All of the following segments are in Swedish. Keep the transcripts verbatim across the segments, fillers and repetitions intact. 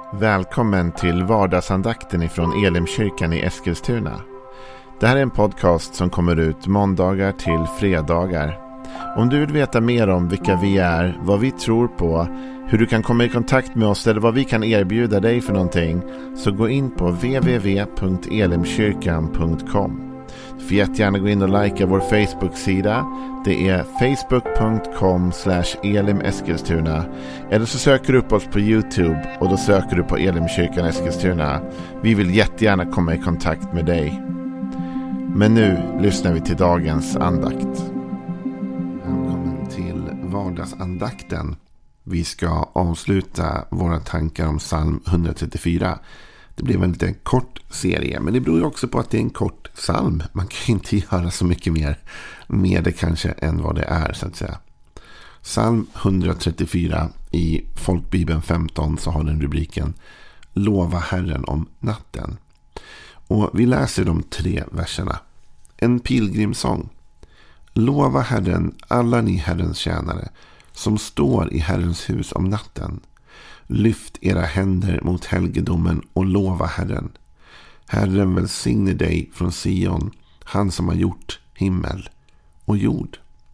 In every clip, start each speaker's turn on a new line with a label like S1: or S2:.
S1: Välkommen till vardagsandakten ifrån Elimkyrkan i Eskilstuna. Det här är en podcast som kommer ut måndagar till fredagar. Om du vill veta mer om vilka vi är, vad vi tror på, hur du kan komma i kontakt med oss eller vad vi kan erbjuda dig för någonting, så gå in på w w w punkt elimkyrkan punkt com. Du får jättegärna gå in och likea vår Facebook-sida. Det är facebook punkt com slash elimeskilstuna. Eller så söker du upp oss på YouTube och då söker du på Elimkyrkan Eskilstuna. Vi vill jättegärna komma i kontakt med dig. Men nu lyssnar vi till dagens andakt. Välkommen till vardagsandakten. Vi ska avsluta våra tankar om psalm etthundratrettiofyra. Det blev en lite kort serie, men det beror ju också på att det är en kort psalm. Man kan inte göra så mycket mer med det kanske än vad det är, så att säga. Psalm etthundratrettiofyra i Folkbibeln femton, så har den rubriken Lova Herren om natten. Och vi läser de tre verserna. En pilgrimsång. Lova Herren, alla ni Herrens tjänare, som står i Herrens hus om natten. Lyft era händer mot helgedomen och lova Herren. Herren välsigne dig från Sion, han som har gjort himmel och jord.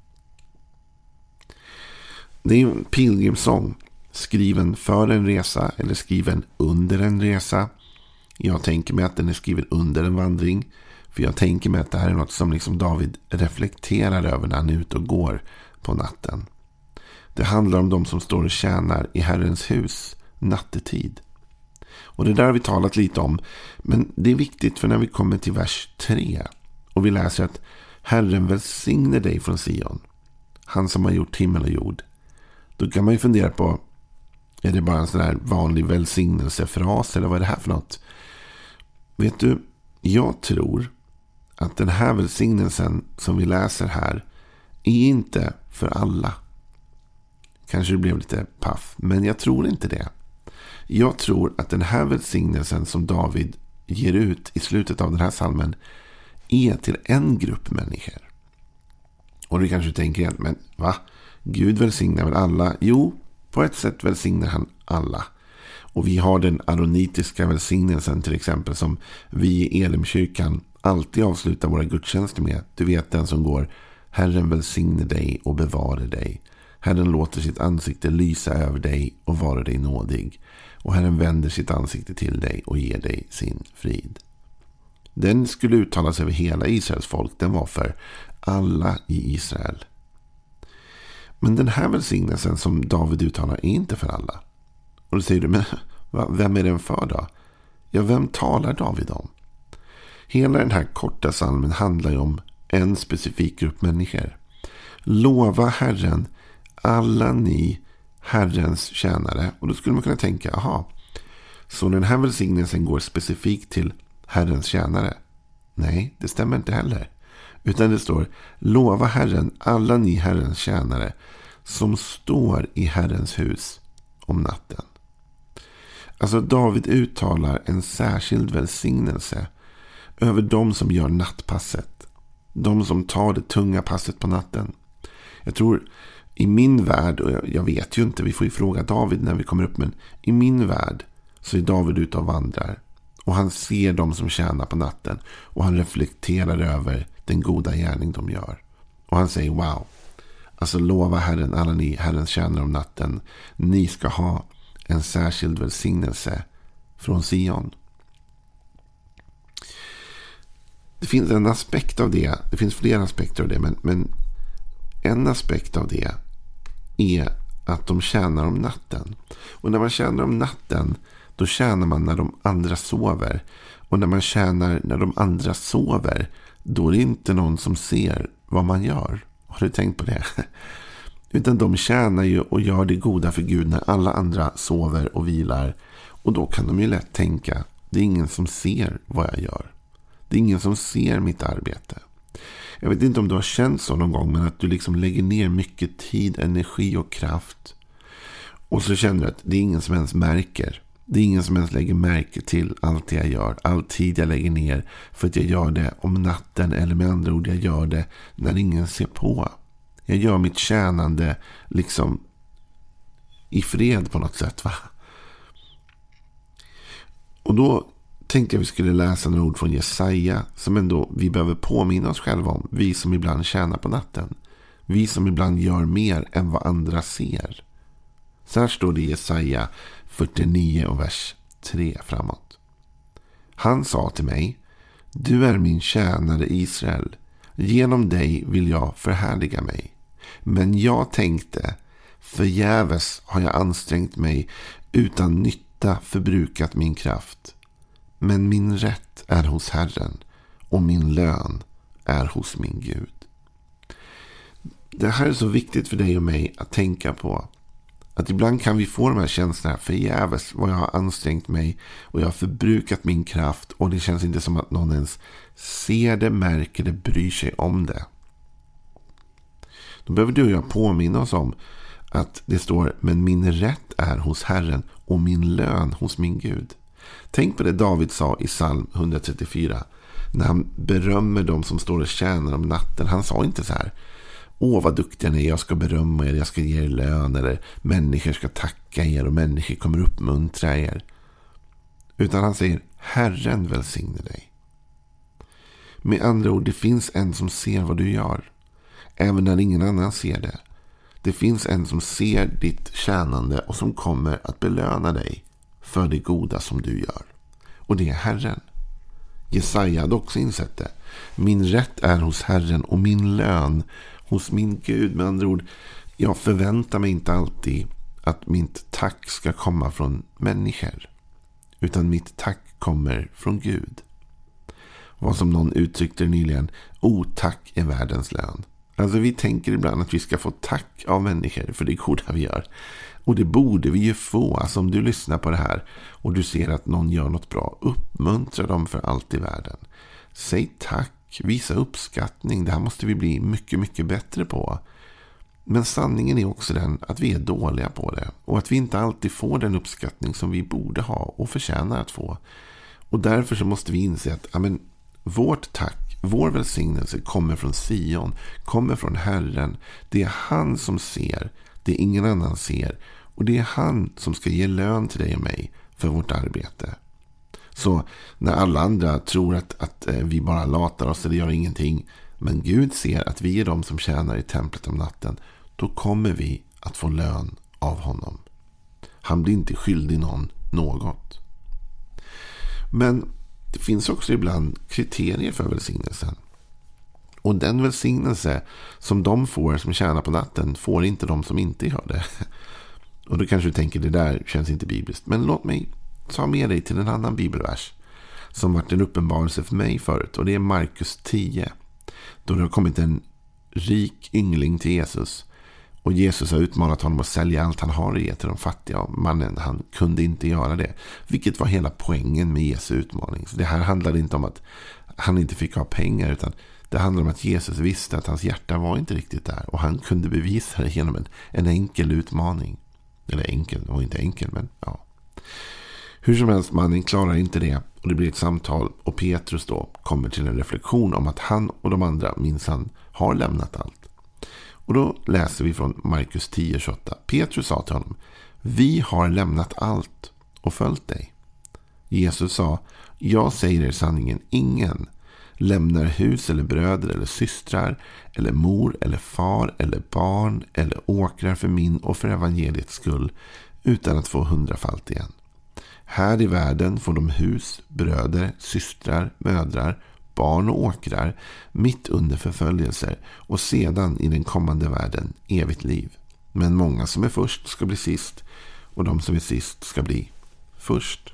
S1: Det är en pilgrimsång, skriven för en resa eller skriven under en resa. Jag tänker mig att den är skriven under en vandring, för jag tänker mig att det här är något som liksom David reflekterar över när han är ute och går på natten. Det handlar om de som står och tjänar i Herrens hus nattetid. Och det där har vi talat lite om. Men det är viktigt, för när vi kommer till vers tre och vi läser att Herren välsigne dig från Sion, han som har gjort himmel och jord. Då kan man ju fundera på, är det bara en sån här vanlig välsignelsefras eller vad är det här för något? Vet du, jag tror att den här välsignelsen som vi läser här är inte för alla. Kanske det blev lite paff, men jag tror inte det. Jag tror att den här välsignelsen som David ger ut i slutet av den här psalmen är till en grupp människor. Och du kanske tänker, men va? Gud välsignar väl alla? Jo, på ett sätt välsignar han alla. Och vi har den aronitiska välsignelsen till exempel, som vi i Elimkyrkan alltid avslutar våra gudstjänster med. Du vet, den som går: Herren välsigne dig och bevare dig. Herren låter sitt ansikte lysa över dig och vara dig nådig. Och Herren vänder sitt ansikte till dig och ger dig sin frid. Den skulle uttalas över hela Israels folk. Den var för alla i Israel. Men den här välsignelsen som David uttalar är inte för alla. Och då säger du, men vem är den för då? Ja, vem talar David om? Hela den här korta psalmen handlar ju om en specifik grupp människor. Lova Herren, alla ni Herrens tjänare. Och då skulle man kunna tänka, aha, så den här välsignelsen går specifikt till Herrens tjänare? Nej, det stämmer inte heller. Utan det står: lova Herren, alla ni Herrens tjänare, som står i Herrens hus om natten. Alltså David uttalar en särskild välsignelse över de som gör nattpasset. De som tar det tunga passet på natten. Jag tror i min värld, och jag, jag vet ju inte, vi får ju fråga David när vi kommer upp, men i min värld så är David ute och vandrar. Och han ser de som tjänar på natten. Och han reflekterar över den goda gärning de gör. Och han säger, wow. Alltså lova Herren, alla ni Herrens tjänare om natten. Ni ska ha en särskild välsignelse från Sion. Det finns en aspekt av det. Det finns flera aspekter av det. Men, men en aspekt av det är att de tjänar om natten. Och när man tjänar om natten, då tjänar man när de andra sover. Och när man tjänar när de andra sover, då är det inte någon som ser vad man gör. Har du tänkt på det? Utan de tjänar ju och gör det goda för Gud när alla andra sover och vilar. Och då kan de ju lätt tänka, det är ingen som ser vad jag gör. Det är ingen som ser mitt arbete. Jag vet inte om du har känt så någon gång, men att du liksom lägger ner mycket tid, energi och kraft. Och så känner du att det är ingen som ens märker. Det är ingen som ens lägger märke till allt jag gör. All tid jag lägger ner för att jag gör det om natten, eller med andra ord, jag gör det när ingen ser på. Jag gör mitt tjänande liksom i fred på något sätt, va? Och då tänkte jag vi skulle läsa några ord från Jesaja som ändå vi behöver påminna oss själva om. Vi som ibland tjänar på natten. Vi som ibland gör mer än vad andra ser. Så här står det i Jesaja fyrtionio och vers tre framåt. Han sa till mig: du är min tjänare Israel. Genom dig vill jag förhärliga mig. Men jag tänkte, förgäves har jag ansträngt mig, utan nytta förbrukat min kraft. Men min rätt är hos Herren, och min lön är hos min Gud. Det här är så viktigt för dig och mig att tänka på. Att ibland kan vi få de här känslorna, förgäves vad jag har ansträngt mig och jag har förbrukat min kraft, och det känns inte som att någon ens ser det, märker det, bryr sig om det. Då behöver du och jag påminna oss om att det står: men min rätt är hos Herren och min lön hos min Gud. Tänk på det David sa i psalm etthundratrettiofyra när han berömmer dem som står och tjänar om natten. Han sa inte så här: åh vad duktiga ni är, jag ska berömma er, jag ska ge er lön, eller människor ska tacka er och människor kommer uppmuntra er. Utan han säger: Herren välsigne dig. Med andra ord, det finns en som ser vad du gör, även när ingen annan ser det. Det finns en som ser ditt tjänande och som kommer att belöna dig för det goda som du gör. Och det är Herren. Jesaja hade också insett det. Min rätt är hos Herren och min lön hos min Gud. Med andra ord, jag förväntar mig inte alltid att mitt tack ska komma från människor, utan mitt tack kommer från Gud. Vad som någon uttryckte nyligen: otack är världens lön. Alltså vi tänker ibland att vi ska få tack av människor för det goda vi gör. Och det borde vi ju få. Alltså om du lyssnar på det här och du ser att någon gör något bra, uppmuntra dem för allt i världen. Säg tack, visa uppskattning. Det här måste vi bli mycket, mycket bättre på. Men sanningen är också den att vi är dåliga på det. Och att vi inte alltid får den uppskattning som vi borde ha och förtjänar att få. Och därför så måste vi inse att ja, men, vårt tack, vår välsignelse kommer från Sion, kommer från Herren. Det är han som ser, det är ingen annan ser. Och det är han som ska ge lön till dig och mig för vårt arbete. Så när alla andra tror att, att vi bara latar oss eller gör ingenting, men Gud ser att vi är de som tjänar i templet om natten, då kommer vi att få lön av honom. Han blir inte skyldig någon något. Men det finns också ibland kriterier för välsignelsen. Och den välsignelse som de får som tjänar på natten får inte de som inte gör det. Och då kanske du tänker, det där känns inte bibliskt. Men låt mig ta med dig till en annan bibelvers som varit en uppenbarelse för mig förut. Och det är Markus tio. Då det har kommit en rik yngling till Jesus. Och Jesus har utmanat honom att sälja allt han har och ge till de fattiga. Mannen, han kunde inte göra det. Vilket var hela poängen med Jesu utmaning. Så det här handlade inte om att han inte fick ha pengar, utan det handlar om att Jesus visste att hans hjärta var inte riktigt där. Och han kunde bevisa det genom en, en enkel utmaning. Eller enkel, det var inte enkel, men ja. Hur som helst, mannen klarar inte det. Och det blir ett samtal. Och Petrus då kommer till en reflektion om att han och de andra minsann har lämnat allt. Och då läser vi från Markus tio tjugoåtta. Petrus sa till honom: vi har lämnat allt och följt dig. Jesus sa: jag säger er sanningen, ingen lämnar hus eller bröder eller systrar eller mor eller far eller barn eller åkrar för min och för evangeliets skull utan att få hundrafalt igen. Här i världen får de hus, bröder, systrar, mödrar, barn och åkrar mitt under förföljelser, och sedan i den kommande världen evigt liv. Men många som är först ska bli sist, och de som är sist ska bli först.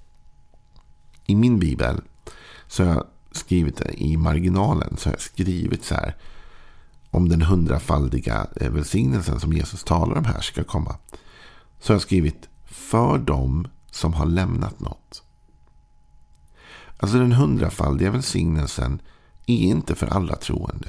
S1: I min bibel så har jag skrivit det i marginalen, så har jag skrivit så här om den hundrafaldiga välsignelsen som Jesus talar om här ska komma. Så har jag skrivit: för dem som har lämnat något. Alltså den hundrafaldiga välsignelsen är inte för alla troende,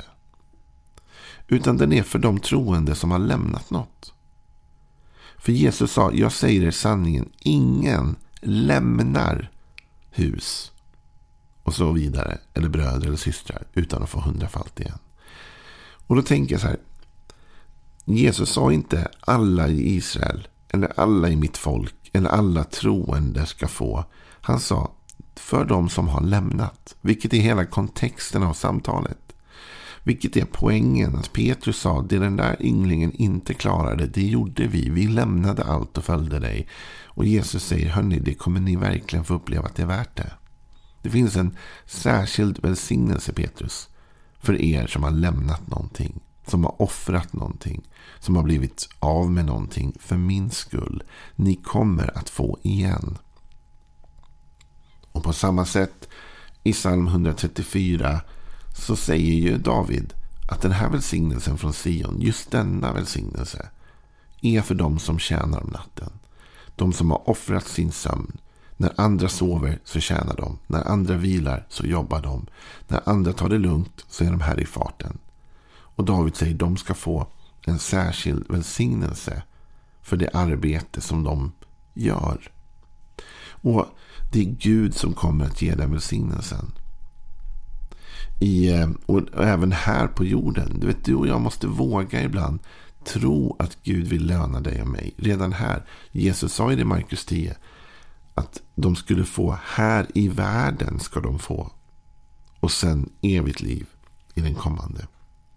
S1: utan den är för de troende som har lämnat något. För Jesus sa: jag säger er sanningen, ingen lämnar hus och så vidare, eller bröder eller systrar, utan att få hundrafalt igen. Och då tänker jag så här: Jesus sa inte alla i Israel eller alla i mitt folk eller alla troende ska få. Han sa för de som har lämnat, vilket är hela kontexten av samtalet. Vilket är poängen att Petrus sa, det den där ynglingen inte klarade, det gjorde vi. Vi lämnade allt och följde dig. Och Jesus säger, hörni, det kommer ni verkligen få uppleva att det är värt det. Det finns en särskild välsignelse, Petrus, för er som har lämnat någonting, som har offrat någonting, som har blivit av med någonting för min skull. Ni kommer att få igen. Och på samma sätt i psalm etthundratrettiofyra så säger ju David att den här välsignelsen från Sion, just denna välsignelse, är för dem som tjänar om natten. De som har offrat sin sömn. När andra sover så tjänar de. När andra vilar så jobbar de. När andra tar det lugnt så är de här i farten. Och David säger att de ska få en särskild välsignelse för det arbete som de gör. Och det är Gud som kommer att ge den välsignelsen. I, och även här på jorden. Du vet, du och jag måste våga ibland tro att Gud vill löna dig och mig. Redan här. Jesus sa i det Markus tio att de skulle få här i världen ska de få. Och sen evigt liv i den kommande.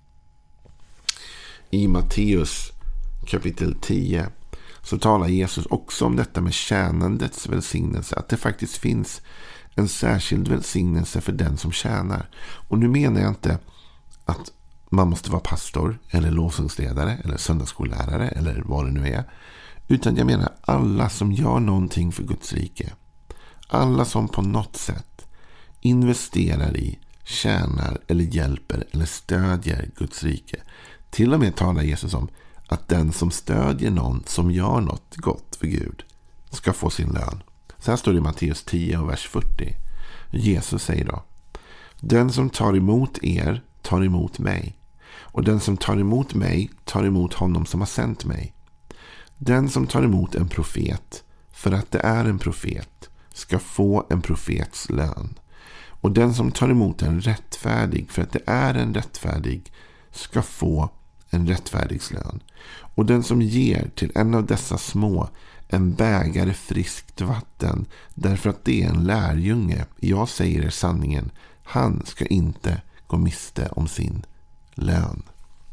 S1: I Matteus kapitel tio så talar Jesus också om detta med tjänandets välsignelse. Att det faktiskt finns en särskild välsignelse för den som tjänar. Och nu menar jag inte att man måste vara pastor eller lovsångsledare eller söndagsskollärare eller vad det nu är. Utan jag menar alla som gör någonting för Guds rike. Alla som på något sätt investerar i, tjänar eller hjälper eller stödjer Guds rike. Till och med talar Jesus om att den som stödjer någon som gör något gott för Gud ska få sin lön. Så här står det i Matteus tio och vers fyrtio. Jesus säger då: den som tar emot er tar emot mig. Och den som tar emot mig tar emot honom som har sänt mig. Den som tar emot en profet för att det är en profet ska få en profets lön. Och den som tar emot en rättfärdig för att det är en rättfärdig ska få en rättfärdigs lön. Och den som ger till en av dessa små en bägare friskt vatten därför att det är en lärjunge, jag säger er sanningen, han ska inte gå miste om sin lön.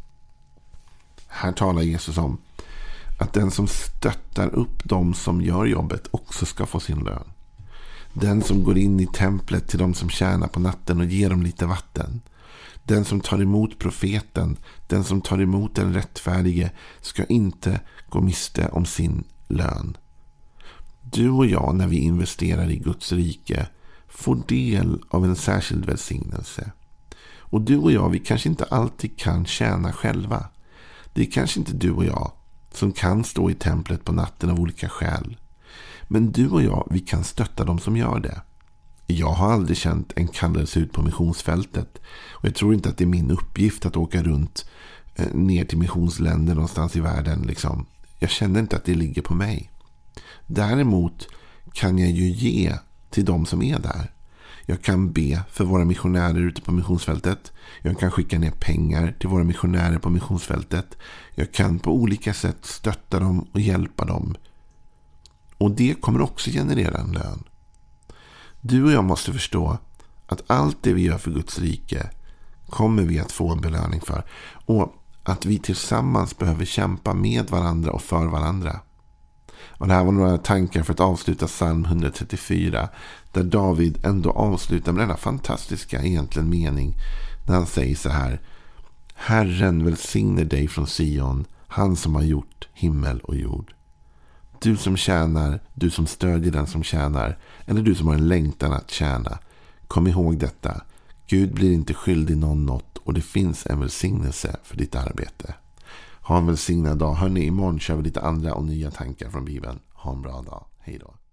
S1: Här talar Jesus om att den som stöttar upp dem som gör jobbet också ska få sin lön. Den som går in i templet till de som tjänar på natten och ger dem lite vatten. Den som tar emot profeten, den som tar emot den rättfärdige ska inte gå miste om sin lön. Du och jag, när vi investerar i Guds rike, får del av en särskild välsignelse. Och du och jag, vi kanske inte alltid kan tjäna själva. Det är kanske inte du och jag som kan stå i templet på natten av olika skäl. Men du och jag, vi kan stötta dem som gör det. Jag har aldrig känt en kallelse ut på missionsfältet. Och jag tror inte att det är min uppgift att åka runt eh, ner till missionsländer någonstans i världen. Liksom. Jag känner inte att det ligger på mig. Däremot kan jag ju ge till de som är där. Jag kan be för våra missionärer ute på missionsfältet. Jag kan skicka ner pengar till våra missionärer på missionsfältet. Jag kan på olika sätt stötta dem och hjälpa dem. Och det kommer också generera en lön. Du och jag måste förstå att allt det vi gör för Guds rike kommer vi att få en belöning för. Och att vi tillsammans behöver kämpa med varandra och för varandra. Och det här var några tankar för att avsluta psalm etthundratrettiofyra. Där David ändå avslutar med denna fantastiska egentligen mening. När han säger så här: Herren välsigner dig från Sion, han som har gjort himmel och jord. Du som tjänar, du som stödjer den som tjänar, eller du som har en längtan att tjäna. Kom ihåg detta. Gud blir inte skyldig någon något och det finns en välsignelse för ditt arbete. Ha en välsignad dag. Hörrni, imorgon kör vi lite andra och nya tankar från Bibeln. Ha en bra dag. Hej då.